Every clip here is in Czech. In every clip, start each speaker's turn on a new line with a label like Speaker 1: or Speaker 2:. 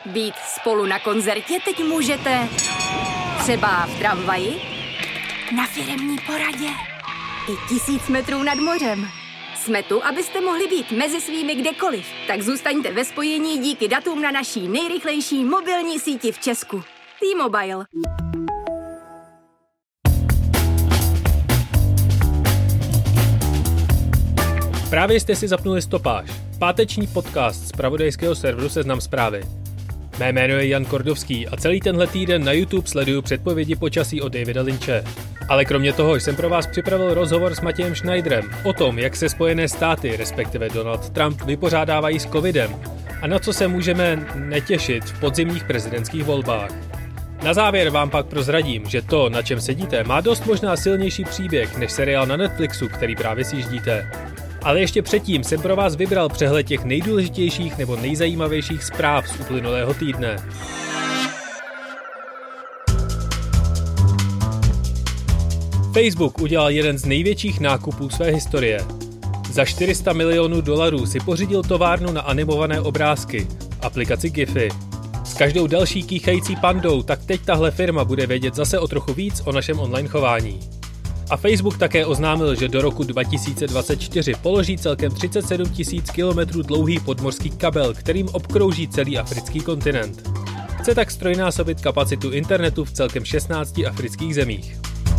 Speaker 1: Být spolu na koncertě teď můžete třeba v tramvaji, na firemní poradě i 1000 metrů nad mořem. Jsme tu, abyste mohli být mezi svými kdekoliv. Tak zůstaňte ve spojení díky datům na naší nejrychlejší mobilní síti v Česku. T-Mobile.
Speaker 2: Právě jste si zapnuli Stopáž, páteční podcast z zpravodajského serveru Seznam Zprávy. Mé jméno je Jan Kordovský a celý tenhle týden na YouTube sleduju předpovědi počasí od Davida Lynche. Ale kromě toho jsem pro vás připravil rozhovor s Matějem Schneiderem o tom, jak se Spojené státy, respektive Donald Trump, vypořádávají s covidem a na co se můžeme netěšit v podzimních prezidentských volbách. Na závěr vám pak prozradím, že to, na čem sedíte, má dost možná silnější příběh než seriál na Netflixu, který právě sjíždíte. Ale ještě předtím jsem pro vás vybral přehled těch nejdůležitějších nebo nejzajímavějších zpráv z uplynulého týdne. Facebook udělal jeden z největších nákupů své historie. Za $400 milionů si pořídil továrnu na animované obrázky, aplikaci Giphy. S každou další kýchající pandou tak teď tahle firma bude vědět zase o trochu víc o našem online chování. A Facebook také oznámil, že do roku 2024 položí celkem 37 000 km dlouhý podmořský kabel, kterým obkrouží celý africký kontinent. Chce tak ztrojnásobit kapacitu internetu v celkem 16 afrických zemích.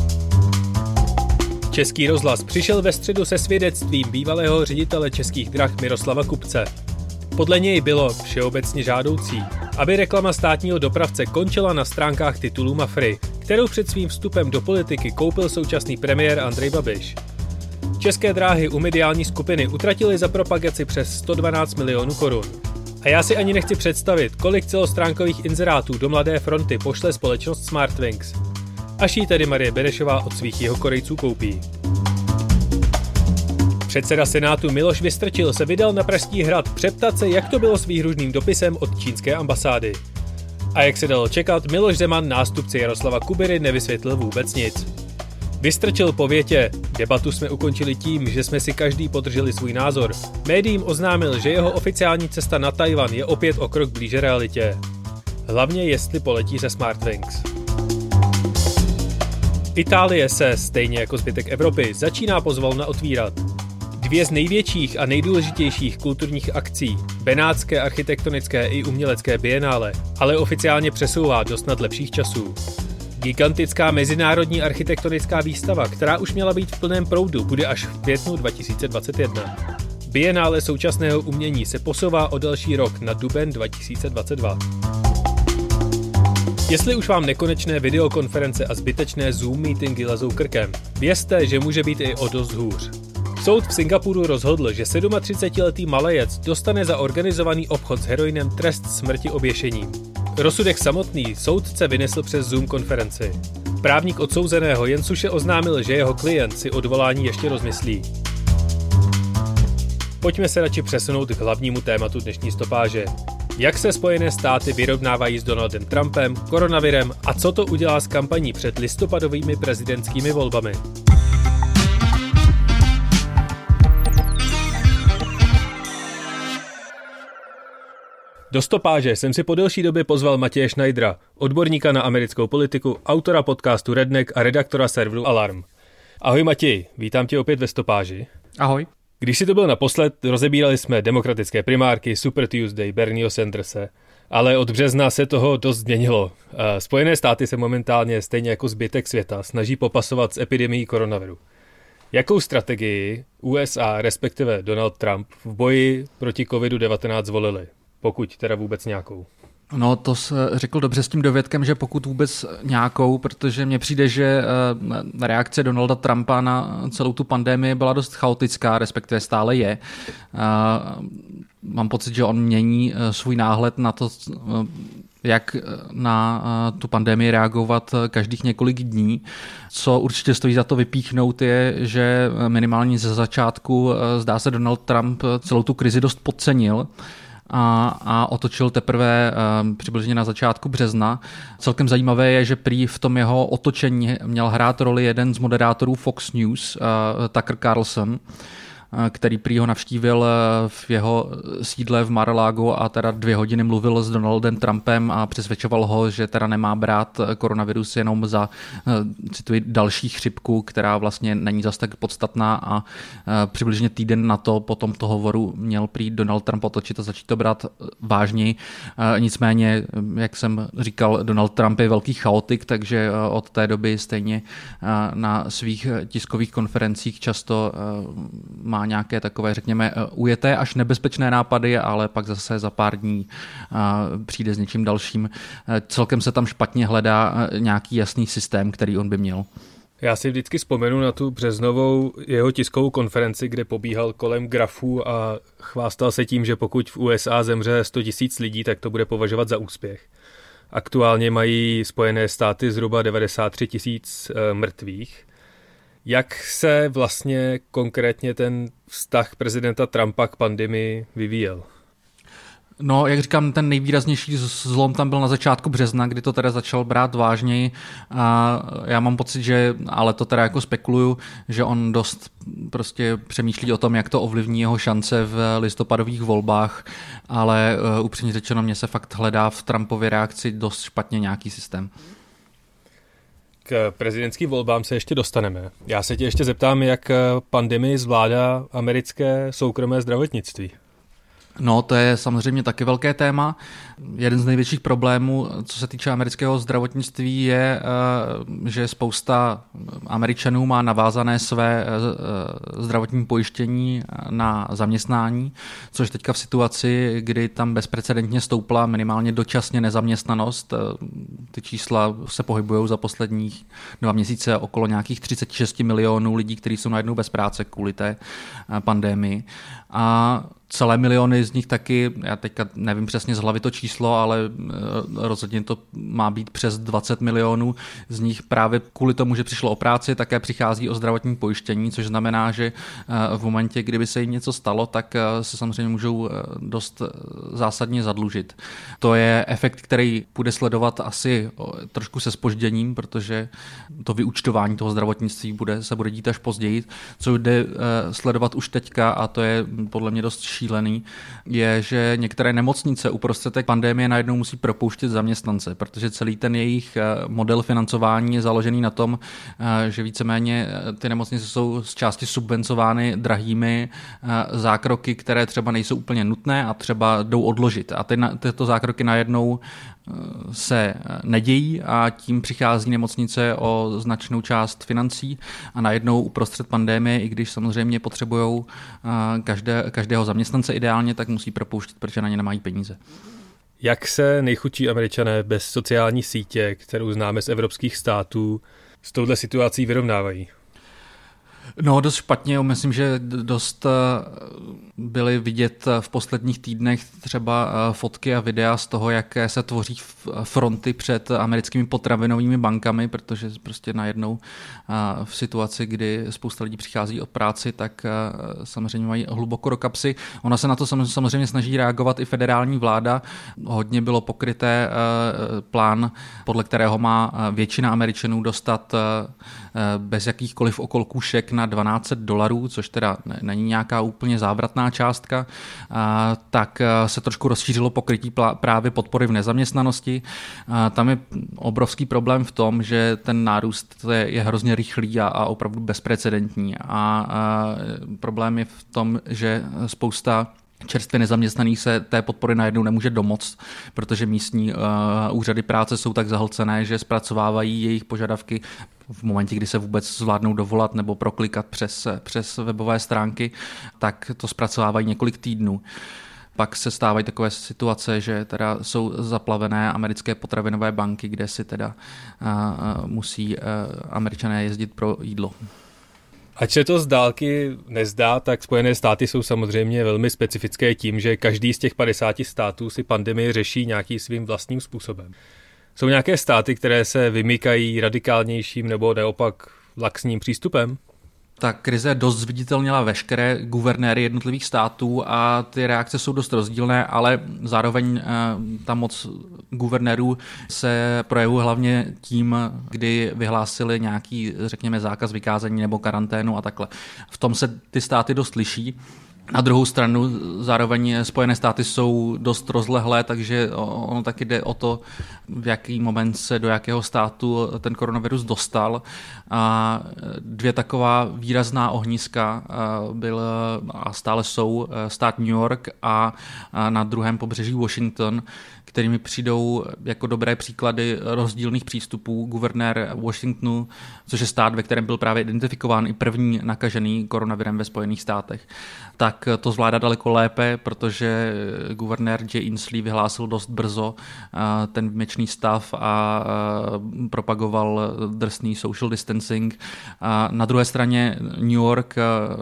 Speaker 2: Český rozhlas přišel ve středu se svědectvím bývalého ředitele Českých drah Miroslava Kupce. Podle něj bylo všeobecně žádoucí, aby reklama státního dopravce končila na stránkách titulů Mafry, kterou před svým vstupem do politiky koupil současný premiér Andrej Babiš. České dráhy u mediální skupiny utratily za propagaci přes 112 milionů korun. A já si ani nechci představit, kolik celostránkových inzerátů do Mladé fronty pošle společnost Smartwings. Až jí tedy Marie Benešová od svých Jihokorejců koupí. Předseda Senátu Miloš Vystrčil se vydal na Pražský hrad přeptat se, jak to bylo s výhružným dopisem od čínské ambasády. A jak se dalo čekat, Miloš Zeman, nástupce Jaroslava Kubery, nevysvětlil vůbec nic. Vystrčil po větě: debatu jsme ukončili tím, že jsme si každý podrželi svůj názor. Médiím oznámil, že jeho oficiální cesta na Tajvan je opět o krok blíže realitě. Hlavně jestli poletí ze Smartwings. Itálie se, stejně jako zbytek Evropy, začíná pozvolna otvírat. Dvě z největších a nejdůležitějších kulturních akcí, Benátské architektonické i umělecké bienále, ale oficiálně přesouvá do snad lepších časů. Gigantická mezinárodní architektonická výstava, která už měla být v plném proudu, bude až v květnu 2021. Bienále současného umění se posouvá o další rok na duben 2022. Jestli už vám nekonečné videokonference a zbytečné Zoom meetingy lezou krkem, vězte, že může být i o dost hůř. Soud v Singapuru rozhodl, že 37letý Malajec dostane za organizovaný obchod s heroinem trest smrti oběšením. Rozsudek samotný soudce vynesl přes Zoom konferenci. Právník odsouzeného jen suše oznámil, že jeho klient si odvolání ještě rozmyslí. Pojďme se radši přesunout k hlavnímu tématu dnešní stopáže. Jak se Spojené státy vyrovnávají s Donaldem Trumpem, koronavirem a co to udělá s kampaní před listopadovými prezidentskými volbami? Do stopáže jsem si po delší době pozval Matěje Schneidera, odborníka na americkou politiku, autora podcastu Redneck a redaktora serveru Alarm. Ahoj Matěj, vítám tě opět ve stopáži.
Speaker 3: Ahoj.
Speaker 2: Když si to byl naposled, rozebírali jsme demokratické primárky, Super Tuesday, Bernieho Sanderse, ale od března se toho dost změnilo. Spojené státy se momentálně, stejně jako zbytek světa, snaží popasovat s epidemií koronaviru. Jakou strategii USA, respektive Donald Trump, v boji proti COVID-19 zvolili? Pokud teda vůbec nějakou.
Speaker 3: No to se řekl dobře s tím dovědkem, že pokud vůbec nějakou, protože mně přijde, že reakce Donalda Trumpa na celou tu pandemii byla dost chaotická, respektive stále je. Mám pocit, že on mění svůj náhled na to, jak na tu pandemii reagovat každých několik dní. Co určitě stojí za to vypíchnout je, že minimálně ze začátku zdá se Donald Trump celou tu krizi dost podcenil a otočil teprve přibližně na začátku března. Celkem zajímavé je, že prý v tom jeho otočení měl hrát roli jeden z moderátorů Fox News, Tucker Carlson. který prý ho navštívil v jeho sídle v Mar-a-Lago a teda 2 hodiny mluvil s Donaldem Trumpem a přesvědčoval ho, že teda nemá brát koronavirus jenom za, cituji, další chřipku, která vlastně není zas tak podstatná, a přibližně týden na to po tomto hovoru měl prý Donald Trump otočit a začít to brát vážněji. Nicméně, jak jsem říkal, Donald Trump je velký chaotik, takže od té doby stejně na svých tiskových konferencích často má nějaké takové, řekněme, ujeté až nebezpečné nápady, ale pak zase za pár dní přijde s něčím dalším. Celkem se tam špatně hledá nějaký jasný systém, který on by měl.
Speaker 2: Já si vždycky vzpomenu na tu březnovou jeho tiskovou konferenci, kde pobíhal kolem grafů a chvástal se tím, že pokud v USA zemře 100 000 lidí, tak to bude považovat za úspěch. Aktuálně mají Spojené státy zhruba 93 000 mrtvých. Jak se vlastně konkrétně ten vztah prezidenta Trumpa k pandemii vyvíjel?
Speaker 3: No, jak říkám, ten nejvýraznější zlom tam byl na začátku března, kdy to teda začal brát vážněji. A já mám pocit, že, ale to teda jako spekuluju, že on dost prostě přemýšlí o tom, jak to ovlivní jeho šance v listopadových volbách, ale upřímně řečeno, mně se fakt hledá v Trumpově reakci dost špatně nějaký systém.
Speaker 2: K prezidentským volbám se ještě dostaneme. Já se tě ještě zeptám, jak pandemii zvládá americké soukromé zdravotnictví.
Speaker 3: No, to je samozřejmě taky velké téma. Jeden z největších problémů, co se týče amerického zdravotnictví, je, že spousta Američanů má navázané své zdravotní pojištění na zaměstnání, což teďka v situaci, kdy tam bezprecedentně stoupla minimálně dočasně nezaměstnanost. Ty čísla se pohybují za posledních 2 měsíce okolo nějakých 36 milionů lidí, kteří jsou najednou bez práce kvůli té pandemii. A celé miliony z nich taky, já teďka nevím přesně z hlavy to číslo, ale rozhodně to má být přes 20 milionů z nich právě kvůli tomu, že přišlo o práci, také přichází o zdravotní pojištění, což znamená, že v momentě, kdyby se jim něco stalo, tak se samozřejmě můžou dost zásadně zadlužit. To je efekt, který bude sledovat asi trošku se zpožděním, protože to vyúčtování toho zdravotnictví se bude dít až později, co jde sledovat už teďka, a to je podle mě dost šílený, je, že některé nemocnice uprostřed té pandemie najednou musí propouštět zaměstnance, protože celý ten jejich model financování je založený na tom, že víceméně ty nemocnice jsou z části subvencovány drahými zákroky, které třeba nejsou úplně nutné a třeba jdou odložit. A tyto zákroky najednou se nedějí a tím přichází nemocnice o značnou část financí a najednou uprostřed pandemie, i když samozřejmě potřebují každého zaměstnance ideálně, tak musí propouštět, protože na ně nemají peníze.
Speaker 2: Jak se nejchudší Američané bez sociální sítě, kterou známe z evropských států, s touhle situací vyrovnávají?
Speaker 3: No, dost špatně. Myslím, že dost byly vidět v posledních týdnech třeba fotky a videa z toho, jak se tvoří fronty před americkými potravinovými bankami, protože prostě najednou v situaci, kdy spousta lidí přichází od práci, tak samozřejmě mají hluboko do kapsy. Ona se na to samozřejmě snaží reagovat i federální vláda. Hodně bylo pokryté plán, podle kterého má většina Američanů dostat bez jakýchkoliv okolkůšek na $12, což teda není nějaká úplně závratná částka, tak se trošku rozšířilo pokrytí právě podpory v nezaměstnanosti. Tam je obrovský problém v tom, že ten nárůst je hrozně rychlý a opravdu bezprecedentní. A problém je v tom, že spousta čerstvě nezaměstnaných se té podpory najednou nemůže domoct, protože místní úřady práce jsou tak zahlcené, že zpracovávají jejich požadavky v momentě, kdy se vůbec zvládnou dovolat nebo proklikat přes webové stránky, tak to zpracovávají několik týdnů. Pak se stávají takové situace, že teda jsou zaplavené americké potravinové banky, kde si teda musí Američané jezdit pro jídlo.
Speaker 2: Ať se to z dálky nezdá, tak Spojené státy jsou samozřejmě velmi specifické tím, že každý z těch 50 států si pandemii řeší nějakým svým vlastním způsobem. Jsou nějaké státy, které se vymykají radikálnějším nebo naopak laxním přístupem?
Speaker 3: Ta krize dost zviditelnila veškeré guvernéry jednotlivých států a ty reakce jsou dost rozdílné, ale zároveň ta moc guvernérů se projevuje hlavně tím, kdy vyhlásili nějaký, řekněme, zákaz vykázání nebo karanténu a takhle. V tom se ty státy dost liší. Na druhou stranu zároveň Spojené státy jsou dost rozlehlé, takže ono taky jde o to, v jaký moment se do jakého státu ten koronavirus dostal. A dvě taková výrazná ohniska byla a stále jsou stát New York a na druhém pobřeží Washington, kterými přijdou jako dobré příklady rozdílných přístupů. Guvernér Washingtonu, což je stát, ve kterém byl právě identifikován i první nakažený koronavirem ve Spojených státech, tak to zvládá daleko lépe, protože guvernér Jay Inslee vyhlásil dost brzo ten výjimečný stav a propagoval drsný social distancing. A na druhé straně New York,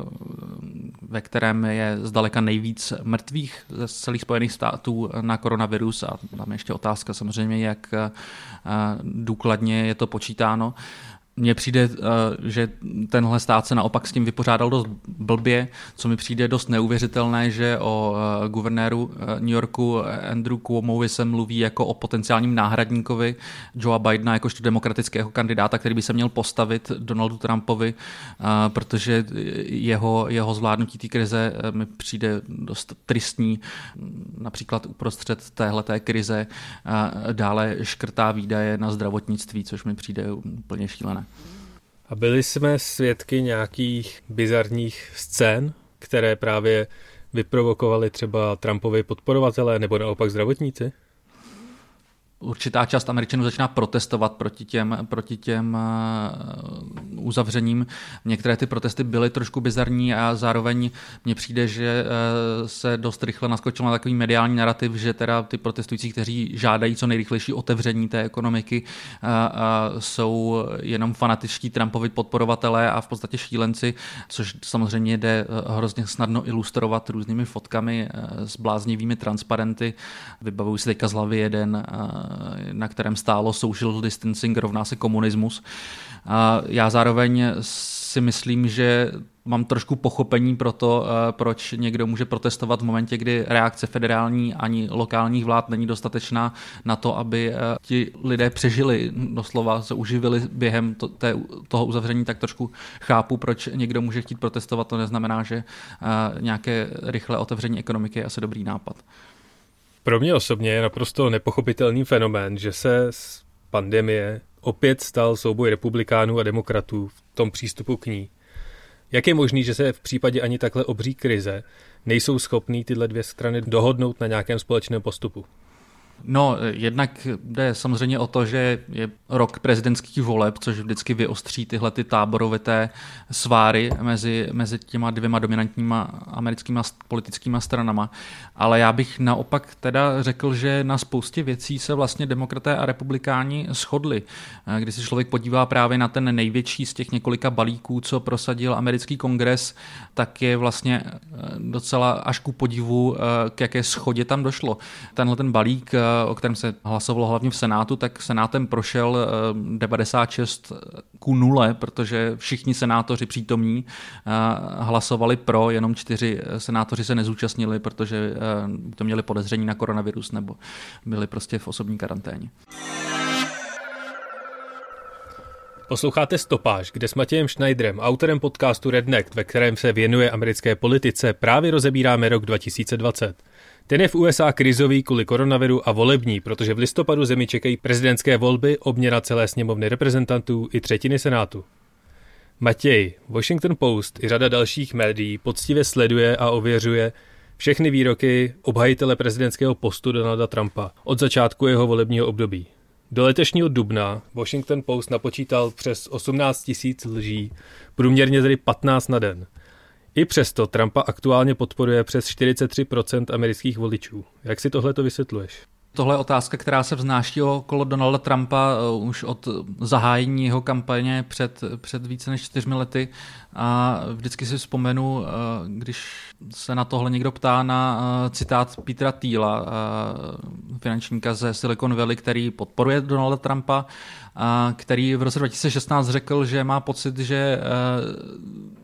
Speaker 3: ve kterém je zdaleka nejvíc mrtvých ze celých Spojených států na koronavirus, a tam je ještě otázka samozřejmě, jak důkladně je to počítáno. Mně přijde, že tenhle stát se naopak s tím vypořádal dost blbě, co mi přijde dost neuvěřitelné, že o guvernéru New Yorku Andrew Cuomovi se mluví jako o potenciálním náhradníkovi Joea Bidena, jakožto demokratického kandidáta, který by se měl postavit Donaldu Trumpovi, protože jeho zvládnutí té krize mi přijde dost tristní, například uprostřed téhleté krize dále škrtá výdaje na zdravotnictví, což mi přijde úplně šílené.
Speaker 2: A byli jsme svědky nějakých bizarních scén, které právě vyprovokovali třeba Trumpovi podporovatelé nebo naopak zdravotníci?
Speaker 3: Určitá část Američanů začíná protestovat proti těm uzavřením. Některé ty protesty byly trošku bizarní a zároveň mně přijde, že se dost rychle naskočil na takový mediální narrativ, že teda ty protestující, kteří žádají co nejrychlejší otevření té ekonomiky, jsou jenom fanatičtí Trumpovi podporovatelé a v podstatě šílenci, což samozřejmě jde hrozně snadno ilustrovat různými fotkami s bláznivými transparenty. Vybavuji si teďka z hlavy jeden, na kterém stálo social distancing rovná se komunismus. A já zároveň si myslím, že mám trošku pochopení pro to, proč někdo může protestovat v momentě, kdy reakce federální ani lokálních vlád není dostatečná na to, aby ti lidé přežili, doslova se uživili během toho uzavření, tak trošku chápu, proč někdo může chtít protestovat. To neznamená, že nějaké rychlé otevření ekonomiky je asi dobrý nápad.
Speaker 2: Pro mě osobně je naprosto nepochopitelný fenomén, že se z pandemie opět stal souboj republikánů a demokratů v tom přístupu k ní. Jak je možný, že se v případě ani takhle obří krize nejsou schopný tyhle dvě strany dohodnout na nějakém společném postupu?
Speaker 3: No, jednak jde samozřejmě o to, že je rok prezidentských voleb, což vždycky vyostří tyhle ty táborovité sváry mezi těma dvěma dominantníma americkýma politickýma stranama. Ale já bych naopak teda řekl, že na spoustě věcí se vlastně demokraté a republikáni shodli. Když se člověk podívá právě na ten největší z těch několika balíků, co prosadil americký kongres, tak je vlastně docela až ku podivu, k jaké shodě tam došlo. Tenhle ten balík, o kterém se hlasovalo hlavně v Senátu, tak Senátem prošel 96:0, protože všichni senátoři přítomní hlasovali pro, jenom 4 senátoři se nezúčastnili, protože to měli podezření na koronavirus nebo byli prostě v osobní karanténě.
Speaker 2: Posloucháte Stopáž, kde s Matějem Schneiderem, autorem podcastu Redneck, ve kterém se věnuje americké politice, právě rozebíráme rok 2020. Ten je v USA krizový kvůli koronaviru a volební, protože v listopadu zemi čekají prezidentské volby, obměna celé sněmovny reprezentantů i třetiny senátu. Matěj, Washington Post i řada dalších médií poctivě sleduje a ověřuje všechny výroky obhajitele prezidentského postu Donalda Trumpa od začátku jeho volebního období. Do letošního dubna Washington Post napočítal přes 18 000 lží, průměrně tedy 15 na den. I přesto Trumpa aktuálně podporuje přes 43% amerických voličů. Jak si tohleto vysvětluješ?
Speaker 3: Tohle je otázka, která se vznáší okolo Donalda Trumpa už od zahájení jeho kampaně před více než 4 lety a vždycky si vzpomenu, když se na tohle někdo ptá, na citát Petera Thiela, finančníka ze Silicon Valley, který podporuje Donalda Trumpa, který v roce 2016 řekl, že má pocit, že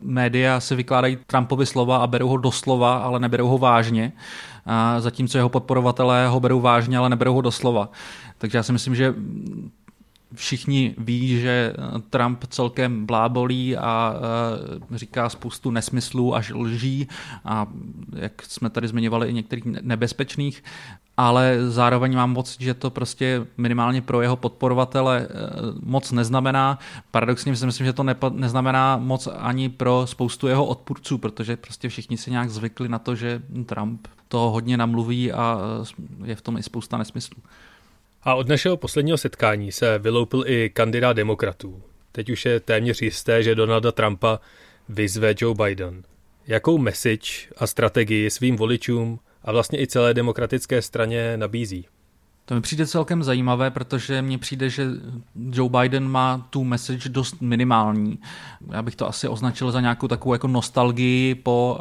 Speaker 3: média si vykládají Trumpovi slova a berou ho doslova, ale neberou ho vážně. A zatímco jeho podporovatelé ho berou vážně, ale neberou ho doslova. Takže já si myslím, že všichni ví, že Trump celkem blábolí a říká spoustu nesmyslů až lží a jak jsme tady zmiňovali i některých nebezpečných, ale zároveň mám pocit, že to prostě minimálně pro jeho podporovatele moc neznamená. Paradoxně si myslím, že to neznamená moc ani pro spoustu jeho odpůrců, protože prostě všichni si nějak zvykli na to, že Trump toho hodně namluví a je v tom i spousta nesmyslů.
Speaker 2: A od našeho posledního setkání se vyloupil i kandidát demokratů. Teď už je téměř jisté, že Donalda Trumpa vyzve Joe Biden. Jakou message a strategii svým voličům a vlastně i celé demokratické straně nabízí?
Speaker 3: To mi přijde celkem zajímavé, protože mně přijde, že Joe Biden má tu message dost minimální. Já bych to asi označil za nějakou takovou jako nostalgii po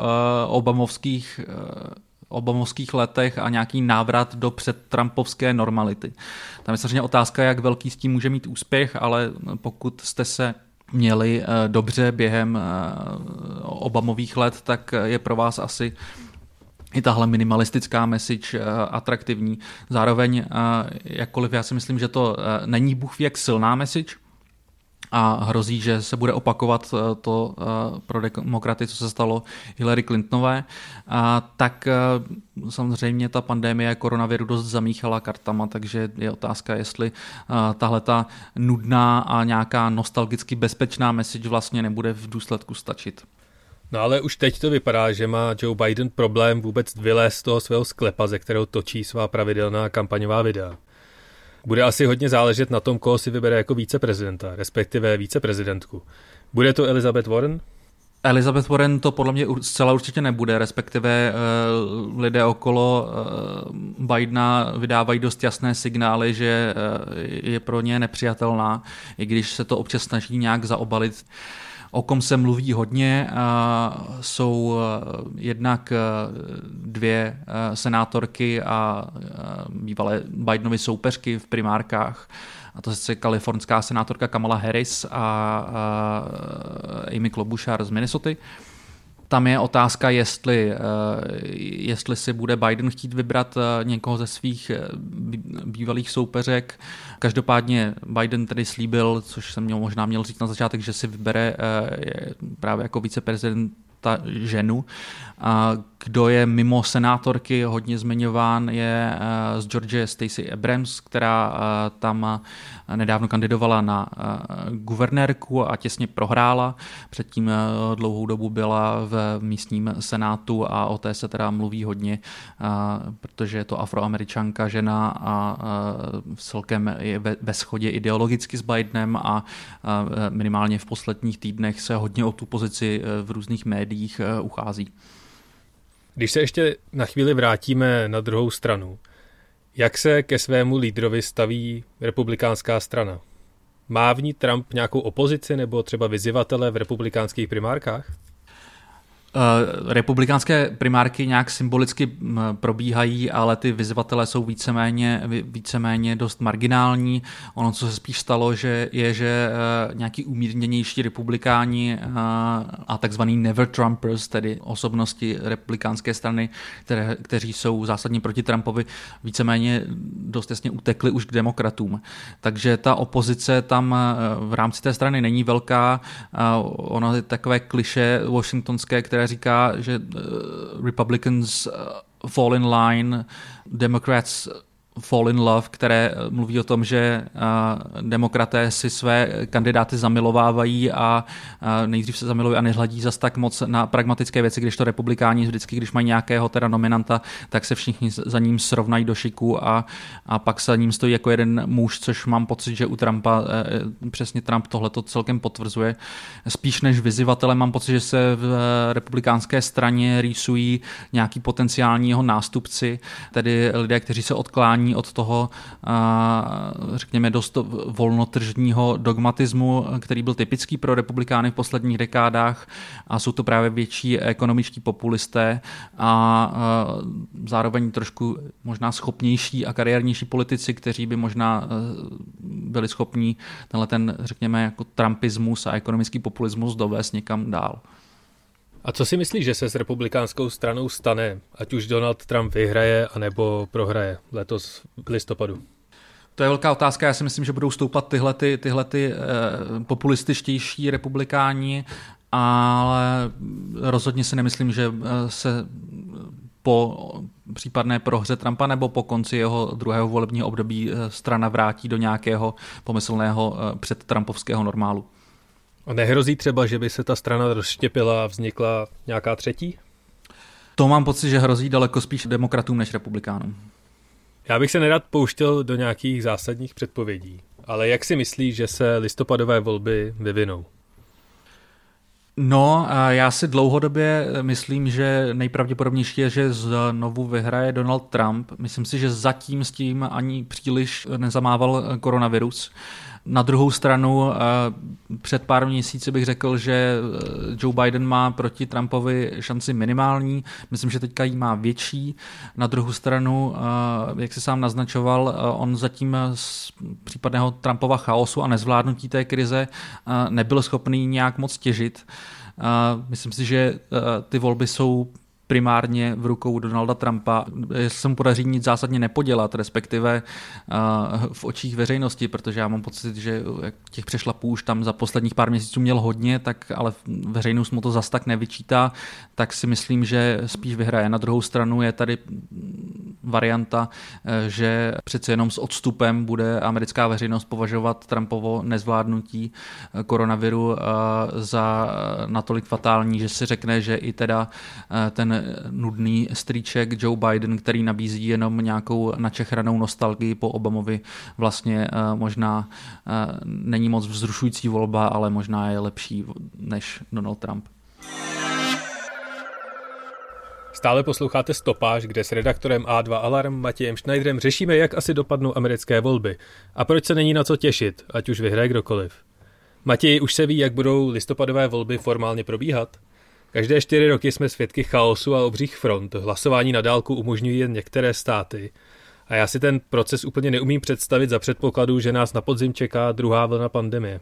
Speaker 3: obamovských letech a nějaký návrat do předtrumpovské normality. Tam je samozřejmě otázka, jak velký s tím může mít úspěch, ale pokud jste se měli dobře během obamových let, tak je pro vás asi i tahle minimalistická message atraktivní. Zároveň, jakkoliv já si myslím, že to není bůh ví jak silná message, a hrozí, že se bude opakovat to pro demokraty, co se stalo Hillary Clintonové, tak samozřejmě ta pandemie koronaviru dost zamíchala kartama, takže je otázka, jestli tahleta nudná a nějaká nostalgicky bezpečná message vlastně nebude v důsledku stačit.
Speaker 2: No ale už teď to vypadá, že má Joe Biden problém vůbec vylézt z toho svého sklepa, ze kterého točí svá pravidelná kampaňová videa. Bude asi hodně záležet na tom, koho si vybere jako víceprezidenta, respektive víceprezidentku. Bude to Elizabeth Warren?
Speaker 3: Elizabeth Warren to podle mě zcela určitě nebude, respektive lidé okolo Bidena vydávají dost jasné signály, že je pro ně nepřijatelná, i když se to občas snaží nějak zaobalit. O kom se mluví hodně, jsou jednak dvě senátorky a bývalé Bidenovy soupeřky v primárkách, a to je kalifornská senátorka Kamala Harris a Amy Klobuchar z Minnesoty. Tam je otázka, jestli si bude Biden chtít vybrat někoho ze svých bývalých soupeřek. Každopádně Biden tedy slíbil, což jsem možná měl říct na začátek, že si vybere právě jako viceprezidenta ženu. Kdo je mimo senátorky hodně zmiňován, je z Georgie Stacey Abrams, která tam nedávno kandidovala na guvernérku a těsně prohrála. Předtím dlouhou dobu byla v místním senátu a o té se teda mluví hodně, protože je to Afroameričanka žena a celkem je ve shodě ideologicky s Bidenem a minimálně v posledních týdnech se hodně o tu pozici v různých médiích uchází.
Speaker 2: Když se ještě na chvíli vrátíme na druhou stranu, jak se ke svému lídrovi staví republikánská strana? Má v ní Trump nějakou opozici nebo třeba vyzývatele v republikánských primárkách?
Speaker 3: Republikánské primárky nějak symbolicky probíhají, ale ty vyzvatelé jsou víceméně dost marginální. Ono, co se spíš stalo, že nějaký umírněnější republikáni a takzvaný never Trumpers, tedy osobnosti republikánské strany, kteří jsou zásadně proti Trumpovi, víceméně dost jasně utekli už k demokratům. Takže ta opozice tam v rámci té strany není velká. Ono je takové klišé washingtonské, které říká, že Republicans fall in line, Democrats fall in love, které mluví o tom, že demokraté si své kandidáty zamilovávají a nejdřív se zamilují a nehledí zas tak moc na pragmatické věci, když to republikáni vždycky, když mají nějakého teda nominanta, tak se všichni za ním srovnají do šiku a pak se ním stojí jako jeden muž, což mám pocit, že u Trumpa přesně Trump tohleto celkem potvrzuje. Spíš než vyzývatele mám pocit, že se v republikánské straně rýsují nějaký potenciální jeho nástupci, tedy lidé, kteří se odklání od toho, řekněme, dost volnotržního dogmatismu, který byl typický pro republikány v posledních dekádách, a jsou to právě větší ekonomičtí populisté a zároveň trošku možná schopnější a kariérnější politici, kteří by možná byli schopní tenhle ten, řekněme, jako trumpismus a ekonomický populismus dovést někam dál.
Speaker 2: A co si myslíš, že se s republikánskou stranou stane, ať už Donald Trump vyhraje, anebo prohraje letos v listopadu?
Speaker 3: To je velká otázka. Já si myslím, že budou stoupat tyhle populističtější republikáni, ale rozhodně si nemyslím, že se po případné prohře Trumpa nebo po konci jeho druhého volebního období strana vrátí do nějakého pomyslného předtrumpovského normálu.
Speaker 2: A nehrozí třeba, že by se ta strana rozštěpila a vznikla nějaká třetí?
Speaker 3: To mám pocit, že hrozí daleko spíš demokratům než republikánům.
Speaker 2: Já bych se nerad pouštěl do nějakých zásadních předpovědí, ale jak si myslíš, že se listopadové volby vyvinou?
Speaker 3: No, já si dlouhodobě myslím, že nejpravděpodobnější je, že znovu vyhraje Donald Trump. Myslím si, že zatím s tím ani příliš nezamával koronavirus. Na druhou stranu před pár měsíci bych řekl, že Joe Biden má proti Trumpovi šanci minimální. Myslím, že teďka jí má větší. Na druhou stranu, jak si sám naznačoval, on zatím z případného Trumpova chaosu a nezvládnutí té krize nebyl schopný nějak moc těžit. Myslím si, že ty volby jsou primárně v rukou Donalda Trumpa. Jestli se mu podaří nic zásadně nepodělat, respektive v očích veřejnosti, protože já mám pocit, že těch přešlapů už tam za posledních pár měsíců měl hodně, tak ale veřejnost mu to zas tak nevyčítá, tak si myslím, že spíš vyhraje. Na druhou stranu je tady varianta, že přeci jenom s odstupem bude americká veřejnost považovat Trumpovo nezvládnutí koronaviru za natolik fatální, že si řekne, že i teda ten nudný strýček Joe Biden, který nabízí jenom nějakou načechranou nostalgii po Obamovi, vlastně možná není moc vzrušující volba, ale možná je lepší než Donald Trump.
Speaker 2: Stále posloucháte Stopáž, kde s redaktorem A2 Alarm Matějem Schneiderem řešíme, jak asi dopadnou americké volby a proč se není na co těšit, ať už vyhraje kdokoliv. Matěj, už se ví, jak budou listopadové volby formálně probíhat? Každé 4 roky jsme svědky chaosu a obřích front. Hlasování na dálku umožňují jen některé státy. A já si ten proces úplně neumím představit za předpokladu, že nás na podzim čeká druhá vlna pandemie.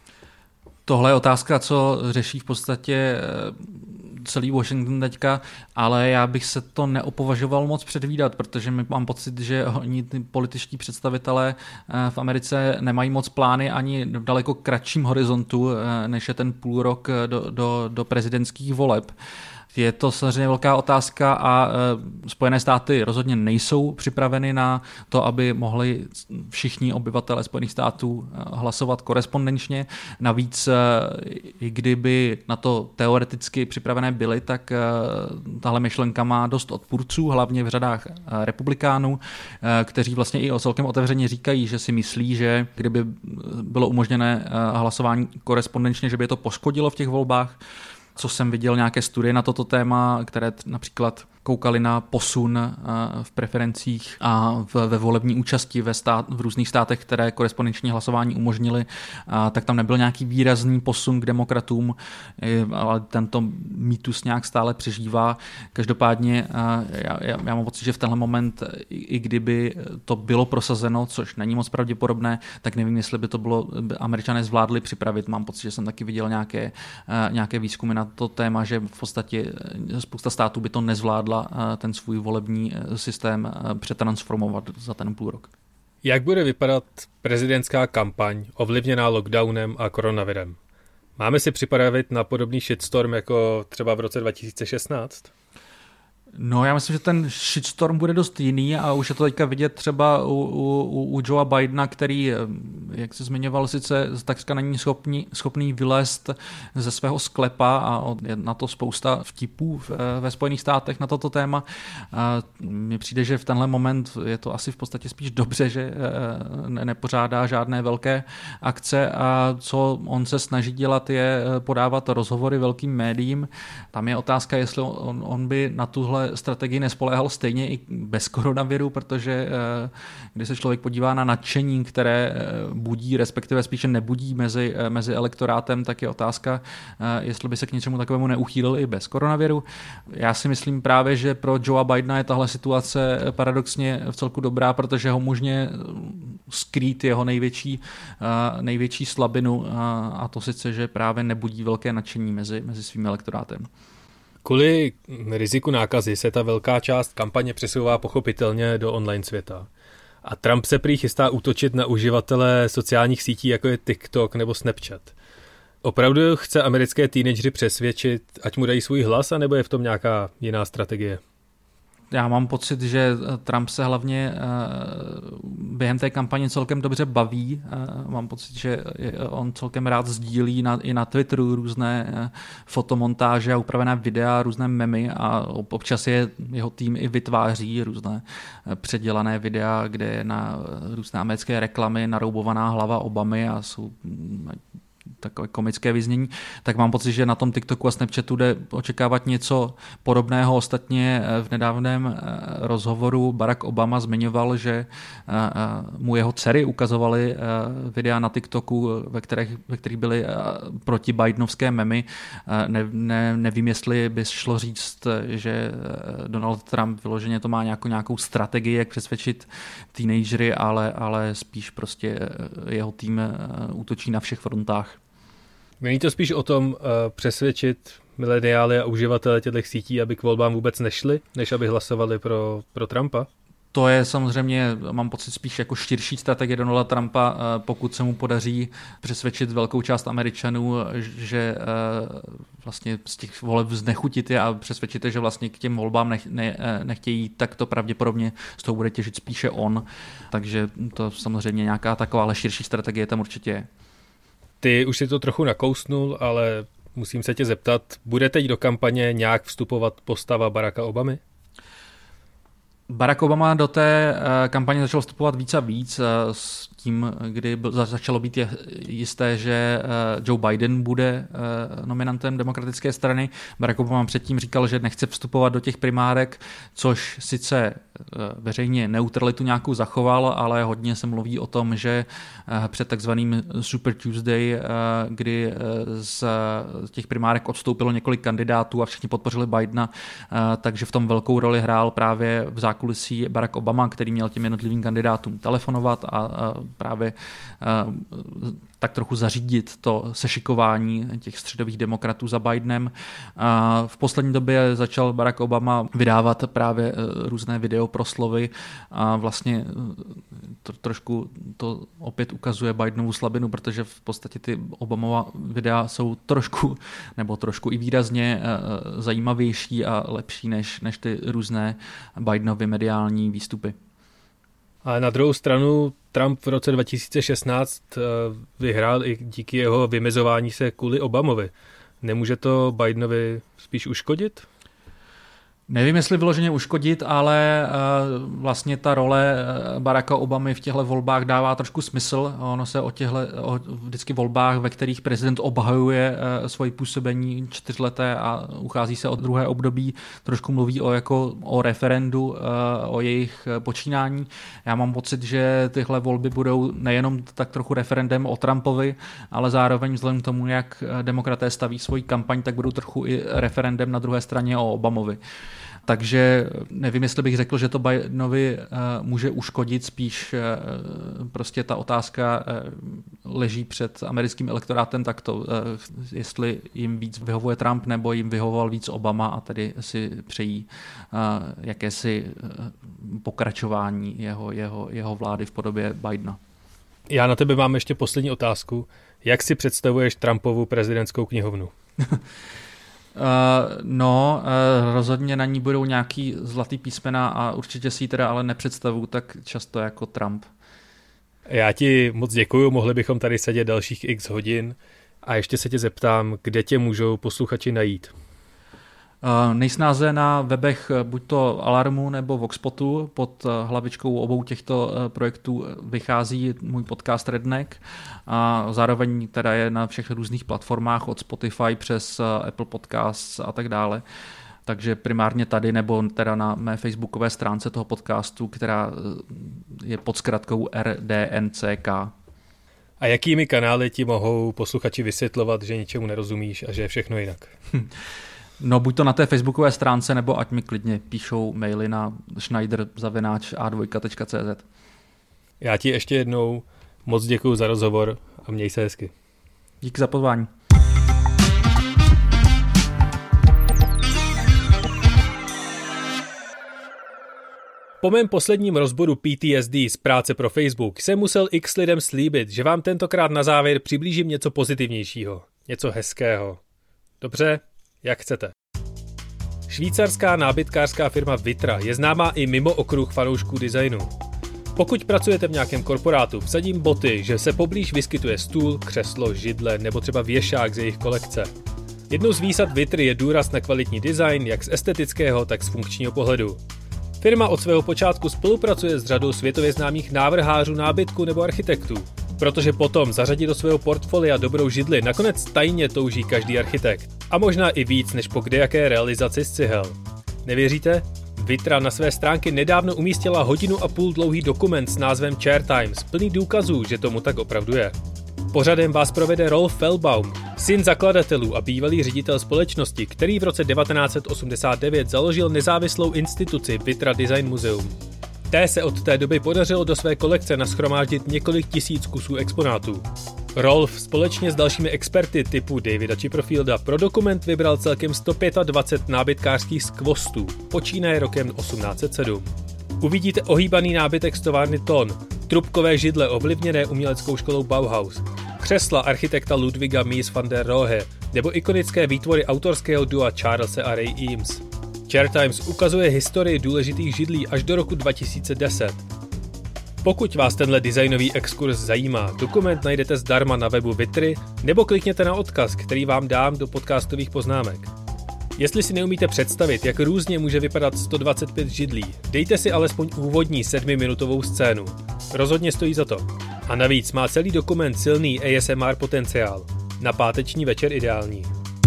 Speaker 3: Tohle je otázka, co řeší v podstatě celý Washington teďka, ale já bych se to neopovažoval moc předvídat, protože mám pocit, že oni ty političtí představitelé v Americe nemají moc plány ani v daleko kratším horizontu, než je ten půl rok do prezidentských voleb. Je to samozřejmě velká otázka a Spojené státy rozhodně nejsou připraveny na to, aby mohli všichni obyvatelé Spojených států hlasovat korespondenčně. Navíc, i kdyby na to teoreticky připravené byly, tak tahle myšlenka má dost odpůrců, hlavně v řadách republikánů, kteří vlastně i celkem otevřeně říkají, že si myslí, že kdyby bylo umožněné hlasování korespondenčně, že by je to poškodilo v těch volbách. Co jsem viděl nějaké studie na toto téma, které například koukali na posun v preferencích a ve volební účasti v různých státech, které korespondenční hlasování umožnili, tak tam nebyl nějaký výrazný posun k demokratům, ale tento mýtus nějak stále přežívá. Každopádně já mám pocit, že v tenhle moment, i kdyby to bylo prosazeno, což není moc pravděpodobné, tak nevím, jestli by to bylo Američané zvládli připravit. Mám pocit, že jsem taky viděl nějaké výzkumy na to téma, že v podstatě spousta států by to nezvládla ten svůj volební systém přetransformovat za ten půl rok.
Speaker 2: Jak bude vypadat prezidentská kampaň ovlivněná lockdownem a koronavirem? Máme si připravit na podobný shitstorm jako třeba v roce 2016?
Speaker 3: No, já myslím, že ten shitstorm bude dost jiný a už je to teďka vidět třeba u Joea Bidena, který, jak se zmiňoval, sice takřka není schopný vylézt ze svého sklepa a je na to spousta vtipů ve Spojených státech na toto téma. Mně přijde, že v tenhle moment je to asi v podstatě spíš dobře, že nepořádá žádné velké akce a co on se snaží dělat je podávat rozhovory velkým médiím. Tam je otázka, jestli on by na tuhle strategii nespoléhal stejně i bez koronaviru, protože když se člověk podívá na nadšení, které budí, respektive spíše nebudí mezi elektorátem, tak je otázka, jestli by se k něčemu takovému neuchýlil i bez koronaviru. Já si myslím právě, že pro Joea Bidena je tahle situace paradoxně vcelku dobrá, protože ho možně skrýt jeho největší slabinu a to sice, že právě nebudí velké nadšení mezi svým elektorátem.
Speaker 2: Kvůli riziku nákazy se ta velká část kampaně přesouvá pochopitelně do online světa. A Trump se prý chystá útočit na uživatele sociálních sítí, jako je TikTok nebo Snapchat. Opravdu chce americké teenagery přesvědčit, ať mu dají svůj hlas, anebo je v tom nějaká jiná strategie?
Speaker 3: Já mám pocit, že Trump se hlavně během té kampaně celkem dobře baví. Mám pocit, že on celkem rád sdílí i na Twitteru různé fotomontáže a upravené videa, různé memy a občas jeho tým i vytváří různé předělané videa, kde je na různé americké reklamy naroubovaná hlava Obamy a jsou takové komické vyznění, tak mám pocit, že na tom TikToku a Snapchatu jde očekávat něco podobného. Ostatně v nedávném rozhovoru Barack Obama zmiňoval, že mu jeho dcery ukazovaly videa na TikToku, ve kterých byly proti Bidenovské memy. Nevím, jestli by šlo říct, že Donald Trump vyloženě to má nějakou strategii, jak přesvědčit teenagery, ale spíš prostě jeho tým útočí na všech frontách.
Speaker 2: Není to spíš o tom přesvědčit mileniály a uživatele těchto sítí, aby k volbám vůbec nešli, než aby hlasovali pro Trumpa?
Speaker 3: To je samozřejmě, mám pocit, spíš jako širší strategie Donalda Trumpa, pokud se mu podaří přesvědčit velkou část Američanů, že vlastně z těch voleb znechutit je a přesvědčit je, že vlastně k těm volbám nechtějí, tak to pravděpodobně z toho bude těžit spíše on. Takže to samozřejmě nějaká taková ale širší strategie tam určitě je.
Speaker 2: Ty už si to trochu nakousnul, ale musím se tě zeptat, bude teď do kampaně nějak vstupovat postava Baracka Obamy?
Speaker 3: Barack Obama do té kampaně začal vstupovat víc a víc s tím, kdy začalo být jisté, že Joe Biden bude nominantem demokratické strany. Barack Obama předtím říkal, že nechce vstupovat do těch primárek, což sice veřejně neutralitu nějakou zachoval, ale hodně se mluví o tom, že před takzvaným Super Tuesday, kdy z těch primárek odstoupilo několik kandidátů a všichni podpořili Bidena, takže v tom velkou roli hrál právě v zákulisí Barack Obama, který měl těm jednotlivým kandidátům telefonovat a právě tak trochu zařídit to sešikování těch středových demokratů za Bidenem. V poslední době začal Barack Obama vydávat právě různé videoproslovy a vlastně trošku to opět ukazuje Bidenovu slabinu, protože v podstatě ty Obamova videa jsou trošku i výrazně zajímavější a lepší než ty různé Bidenovy mediální výstupy.
Speaker 2: A na druhou stranu Trump v roce 2016 vyhrál i díky jeho vymezování se kvůli Obamovi. Nemůže to Bidenovi spíš uškodit?
Speaker 3: Nevím, jestli vyloženě uškodit, ale vlastně ta role Baracka Obamy v těchto volbách dává trošku smysl. Ono se o vždycky volbách, ve kterých prezident obhajuje svoje působení 4leté a uchází se o druhé období, trošku mluví o referendu, o jejich počínání. Já mám pocit, že tyhle volby budou nejenom tak trochu referendem o Trumpovi, ale zároveň vzhledem k tomu, jak demokraté staví svoji kampaň, tak budou trochu i referendem na druhé straně o Obamovi. Takže nevím, jestli bych řekl, že to Bidenovi může uškodit, spíš prostě ta otázka leží před americkým elektorátem takto, jestli jim víc vyhovuje Trump nebo jim vyhovoval víc Obama a tedy si přejí jakési pokračování jeho vlády v podobě Bidena.
Speaker 2: Já na tebe mám ještě poslední otázku. Jak si představuješ Trumpovu prezidentskou knihovnu?
Speaker 3: Rozhodně na ní budou nějaký zlatý písmena a určitě si ji teda ale nepředstavuju tak často jako Trump.
Speaker 2: Já ti moc děkuju, mohli bychom tady sedět dalších x hodin a ještě se tě zeptám, kde tě můžou posluchači najít?
Speaker 3: Nejsnáze na webech buď to Alarmu nebo Voxpotu. Pod hlavičkou obou těchto projektů vychází můj podcast Redneck a zároveň teda je na všech různých platformách od Spotify přes Apple Podcasts a tak dále. Takže primárně tady nebo teda na mé facebookové stránce toho podcastu, která je pod zkratkou RDNCK.
Speaker 2: A jakými kanály ti mohou posluchači vysvětlovat, že ničemu nerozumíš a že je všechno jinak?
Speaker 3: No buď to na té facebookové stránce, nebo ať mi klidně píšou maily na schneider@a2.cz.
Speaker 2: Já ti ještě jednou moc děkuju za rozhovor a měj se hezky.
Speaker 3: Díky za pozvání.
Speaker 2: Po mém posledním rozboru PTSD z práce pro Facebook jsem musel x lidem slíbit, že vám tentokrát na závěr přiblížím něco pozitivnějšího, něco hezkého. Dobře, jak chcete. Švýcarská nábytkářská firma Vitra je známá i mimo okruh fanoušků designu. Pokud pracujete v nějakém korporátu, vsadím boty, že se poblíž vyskytuje stůl, křeslo, židle nebo třeba věšák z jejich kolekce. Jednou z výsad Vitry je důraz na kvalitní design, jak z estetického, tak z funkčního pohledu. Firma od svého počátku spolupracuje s řadou světově známých návrhářů nábytku nebo architektů, protože potom zařadit do svého portfolia dobrou židli nakonec tajně touží každý architekt. A možná i víc než po kdejaké realizaci z cihel. Nevěříte? Vitra na své stránky nedávno umístila 1,5 hodiny dlouhý dokument s názvem Chair Times, plný důkazů, že tomu tak opravdu je. Pořadem vás provede Rolf Fellbaum, syn zakladatelů a bývalý ředitel společnosti, který v roce 1989 založil nezávislou instituci Vitra Design Museum. Té se od té doby podařilo do své kolekce nashromáždit několik tisíc kusů exponátů. Rolf společně s dalšími experty typu Davida Chipperfielda pro dokument vybral celkem 125 nábytkářských skvostů, počínaje rokem 1807. Uvidíte ohýbaný nábytek z továrny Thon, trubkové židle ovlivněné uměleckou školou Bauhaus, křesla architekta Ludwiga Mies van der Rohe nebo ikonické výtvory autorského dua Charlese a Ray Eames. Chair Times ukazuje historii důležitých židlí až do roku 2010. Pokud vás tenhle designový exkurs zajímá, dokument najdete zdarma na webu Vitry nebo klikněte na odkaz, který vám dám do podcastových poznámek. Jestli si neumíte představit, jak různě může vypadat 125 židlí, dejte si alespoň úvodní 7minutovou scénu. Rozhodně stojí za to. A navíc má celý dokument silný ASMR potenciál. Na páteční večer ideální.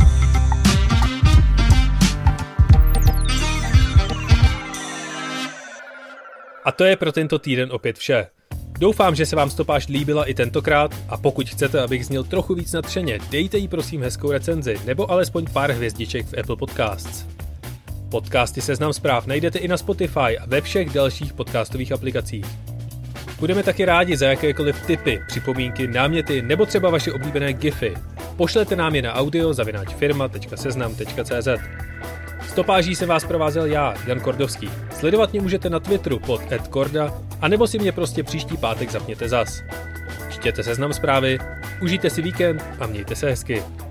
Speaker 2: A to je pro tento týden opět vše. Doufám, že se vám stopáž líbila i tentokrát a pokud chcete, abych zněl trochu víc nadšeně, dejte jí prosím hezkou recenzi nebo alespoň pár hvězdiček v Apple Podcasts. Podcasty Seznam zpráv najdete i na Spotify a ve všech dalších podcastových aplikacích. Budeme taky rádi za jakékoliv tipy, připomínky, náměty nebo třeba vaše oblíbené gify. Pošlete nám je na audio@firma.seznam.cz. Stopáží se vás provázel já, Jan Kordovský. Sledovat mě můžete na Twitteru pod @korda, anebo si mě prostě příští pátek zapněte zas. Čtěte Seznam zprávy, užijte si víkend a mějte se hezky.